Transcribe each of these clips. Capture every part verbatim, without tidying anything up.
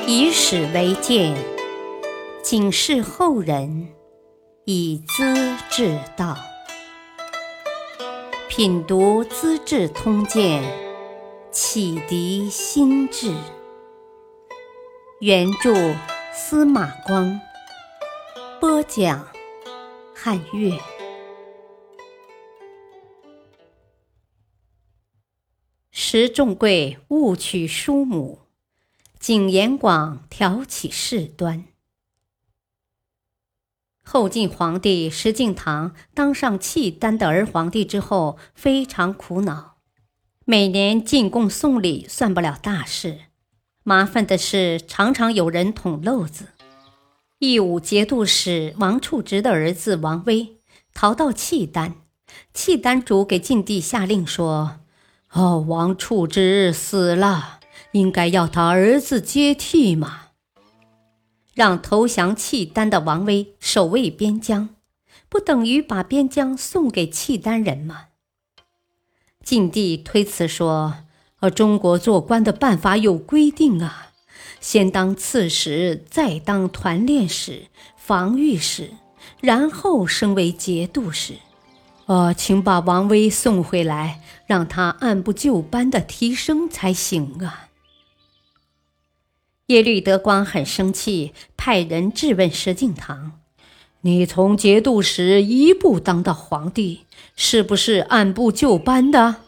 以史为鉴，警示后人，以资治道。品读《资治通鉴》，启迪心智。原著司马光，播讲汉乐。石重贵误娶叔母，景延广挑起事端。后晋皇帝石敬瑭当上契丹的儿皇帝之后，非常苦恼。每年进贡送礼算不了大事，麻烦的是常常有人捅漏子。义武节度使王处直的儿子王威逃到契丹，契丹主给晋帝下令说：哦，王处直死了，应该要他儿子接替嘛。让投降契丹的王威守卫边疆，不等于把边疆送给契丹人吗？晋帝推辞说：呃，中国做官的办法有规定啊，先当刺史，再当团练使、防御使，然后升为节度使。呃，请把王威送回来，让他按部就班的提升才行啊。耶律德光很生气，派人质问石敬瑭：你从节度使一步当到皇帝，是不是按部就班的？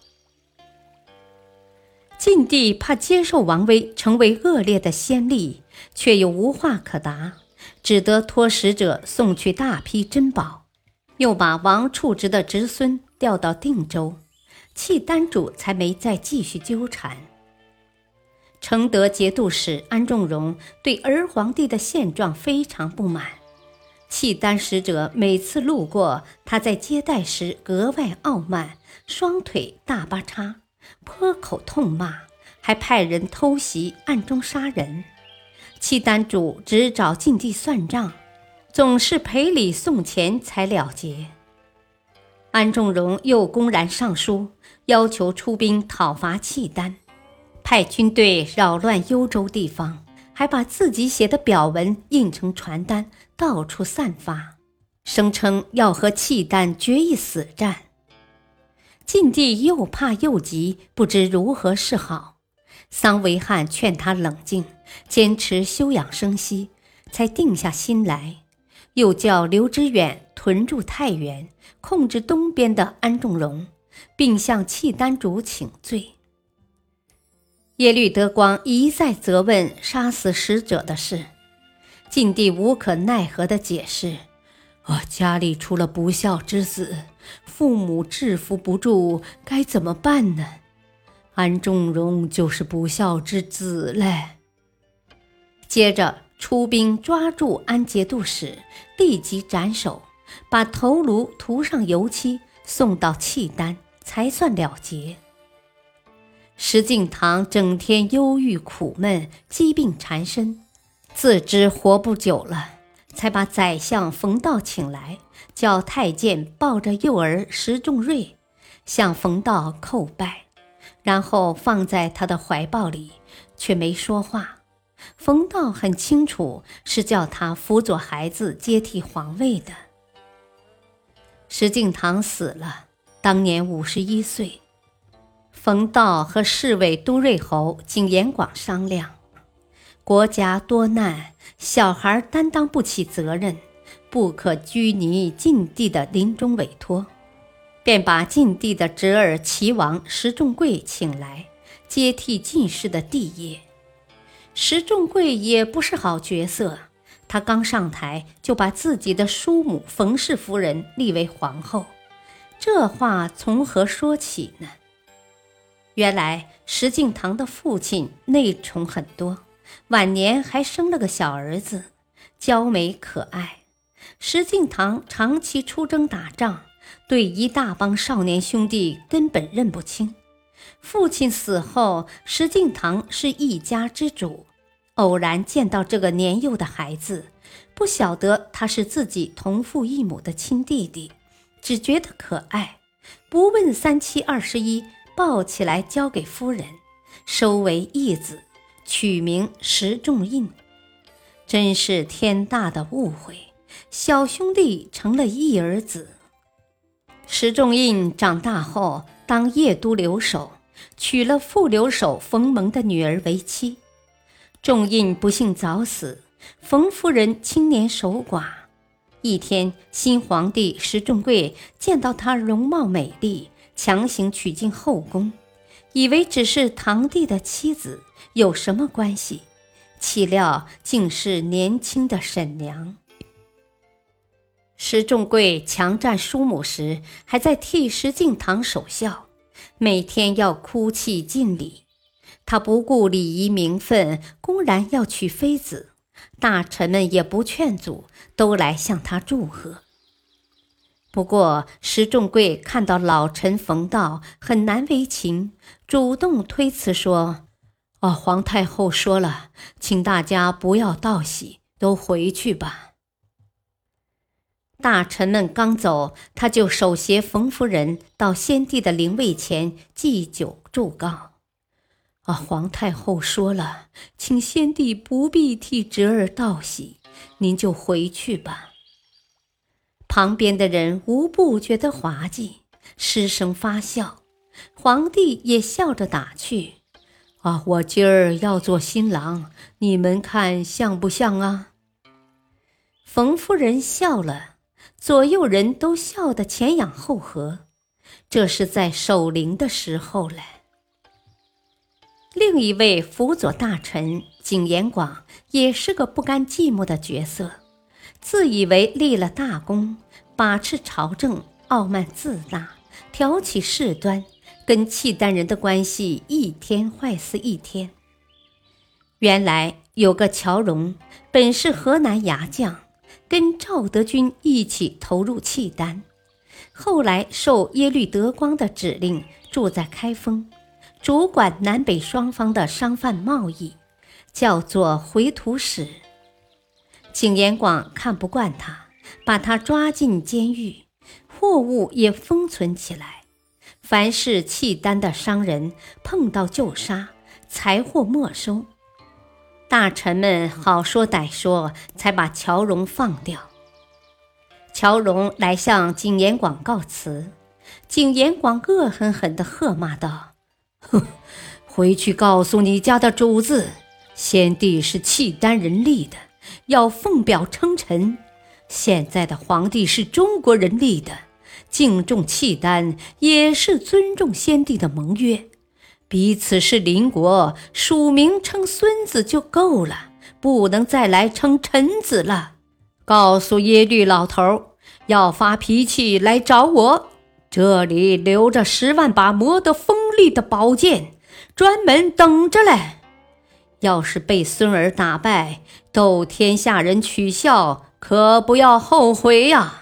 晋帝怕接受王威成为恶劣的先例，却又无话可答，只得托使者送去大批珍宝，又把王处直的侄孙调到定州，契丹主才没再继续纠缠。承德节度使安重荣对儿皇帝的现状非常不满，契丹使者每次路过，他在接待时格外傲慢，双腿大八叉，颇口痛骂，还派人偷袭，暗中杀人。契丹主只找晋帝算账，总是赔礼送钱才了结。安重荣又公然上书，要求出兵讨伐契丹，派军队扰乱幽州地方，还把自己写的表文印成传单，到处散发，声称要和契丹决一死战。晋帝又怕又急，不知如何是好。桑维汉劝他冷静，坚持休养生息，才定下心来，又叫刘知远屯驻太原，控制东边的安重荣，并向契丹主请罪。耶律德光一再责问杀死使者的事，晋帝无可奈何地解释：哦，家里出了不孝之子，父母制服不住，该怎么办呢？安重荣就是不孝之子嘞。接着出兵抓住安节度使，立即斩首，把头颅涂上油漆，送到契丹，才算了结。石敬瑭整天忧郁苦闷，疾病缠身，自知活不久了，才把宰相冯道请来，叫太监抱着幼儿石重瑞向冯道叩拜，然后放在他的怀抱里，却没说话。冯道很清楚是叫他辅佐孩子接替皇位的。石敬瑭死了，当年五十一岁。冯道和侍卫都瑞侯景延广商量，国家多难，小孩担当不起责任，不可拘泥晋帝的临终委托，便把晋帝的侄儿齐王石重贵请来，接替晋室的帝业。石重贵也不是好角色，他刚上台就把自己的叔母冯氏夫人立为皇后，这话从何说起呢？原来石敬瑭的父亲内宠很多，晚年还生了个小儿子，娇美可爱。石敬瑭长期出征打仗，对一大帮少年兄弟根本认不清。父亲死后，石敬瑭是一家之主，偶然见到这个年幼的孩子，不晓得他是自己同父异母的亲弟弟，只觉得可爱，不问三七二十一，抱起来交给夫人，收为义子， 取名石仲印。真是天大的误会，小兄弟成了一儿子。石仲印长大后当邺都留守，娶了副留守冯蒙的女儿为妻。仲印不幸早死，冯夫人青年守寡。一天，新皇帝石重贵见到她容貌美丽，强行娶进后宫，以为只是堂弟的妻子，有什么关系？岂料竟是年轻的婶娘。石重贵强占叔母时，还在替石敬瑭守孝，每天要哭泣敬礼。他不顾礼仪名分，公然要娶妃子，大臣们也不劝阻，都来向他祝贺。不过石重贵看到老臣冯道很难为情，主动推辞说：哦，皇太后说了，请大家不要道喜，都回去吧。大臣们刚走，他就手携冯夫人到先帝的灵位前祭酒祝告。啊，皇太后说了，请先帝不必替侄儿道喜，您就回去吧。旁边的人无不觉得滑稽，失声发笑。皇帝也笑着打趣：啊，我今儿要做新郎，你们看像不像啊？冯夫人笑了，左右人都笑得前仰后合，这是在守灵的时候了。另一位辅佐大臣景延广也是个不甘寂寞的角色，自以为立了大功，把持朝政，傲慢自大，挑起事端，跟契丹人的关系一天坏死一天。原来有个乔荣，本是河南牙将，跟赵德军一起投入契丹，后来受耶律德光的指令，住在开封，主管南北双方的商贩贸易，叫做回土使。景延广看不惯他，把他抓进监狱，货物也封存起来，凡是契丹的商人碰到就杀，财货没收。大臣们好说歹说，才把乔荣放掉。乔荣来向景延广告辞，景延广恶狠狠地喝骂道：哼，回去告诉你家的主子，先帝是契丹人立的，要奉表称臣。现在的皇帝是中国人立的，敬重契丹也是尊重先帝的盟约，彼此是邻国，署名称孙子就够了，不能再来称臣子了。告诉耶律老头，要发脾气来找我，这里留着十万把磨得锋利的宝剑，专门等着嘞。要是被孙儿打败，逗天下人取笑，可不要后悔呀。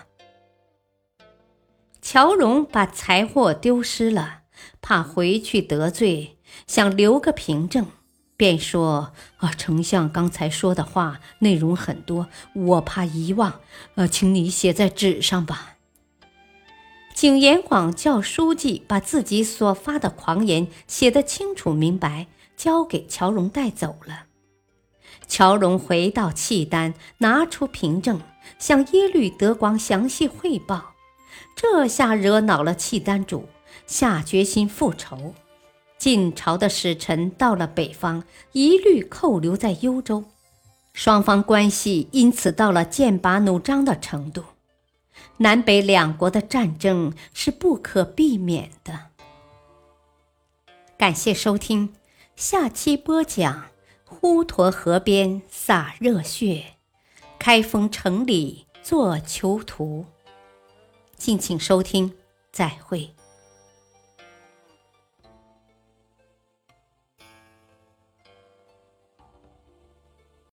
乔荣把财货丢失了，怕回去得罪，想留个凭证，便说：啊，丞相刚才说的话内容很多，我怕遗忘，呃，请你写在纸上吧。景延广叫书记把自己所发的狂言写得清楚明白，交给乔荣带走了。乔荣回到契丹，拿出凭证，向耶律德光详细汇报，这下惹恼了契丹主，下决心复仇。晋朝的使臣到了北方，一律扣留在幽州，双方关系因此到了剑拔弩张的程度。南北两国的战争是不可避免的。感谢收听，下期播讲滹沱河边洒热血，开封城里做囚徒。敬请收听，再会。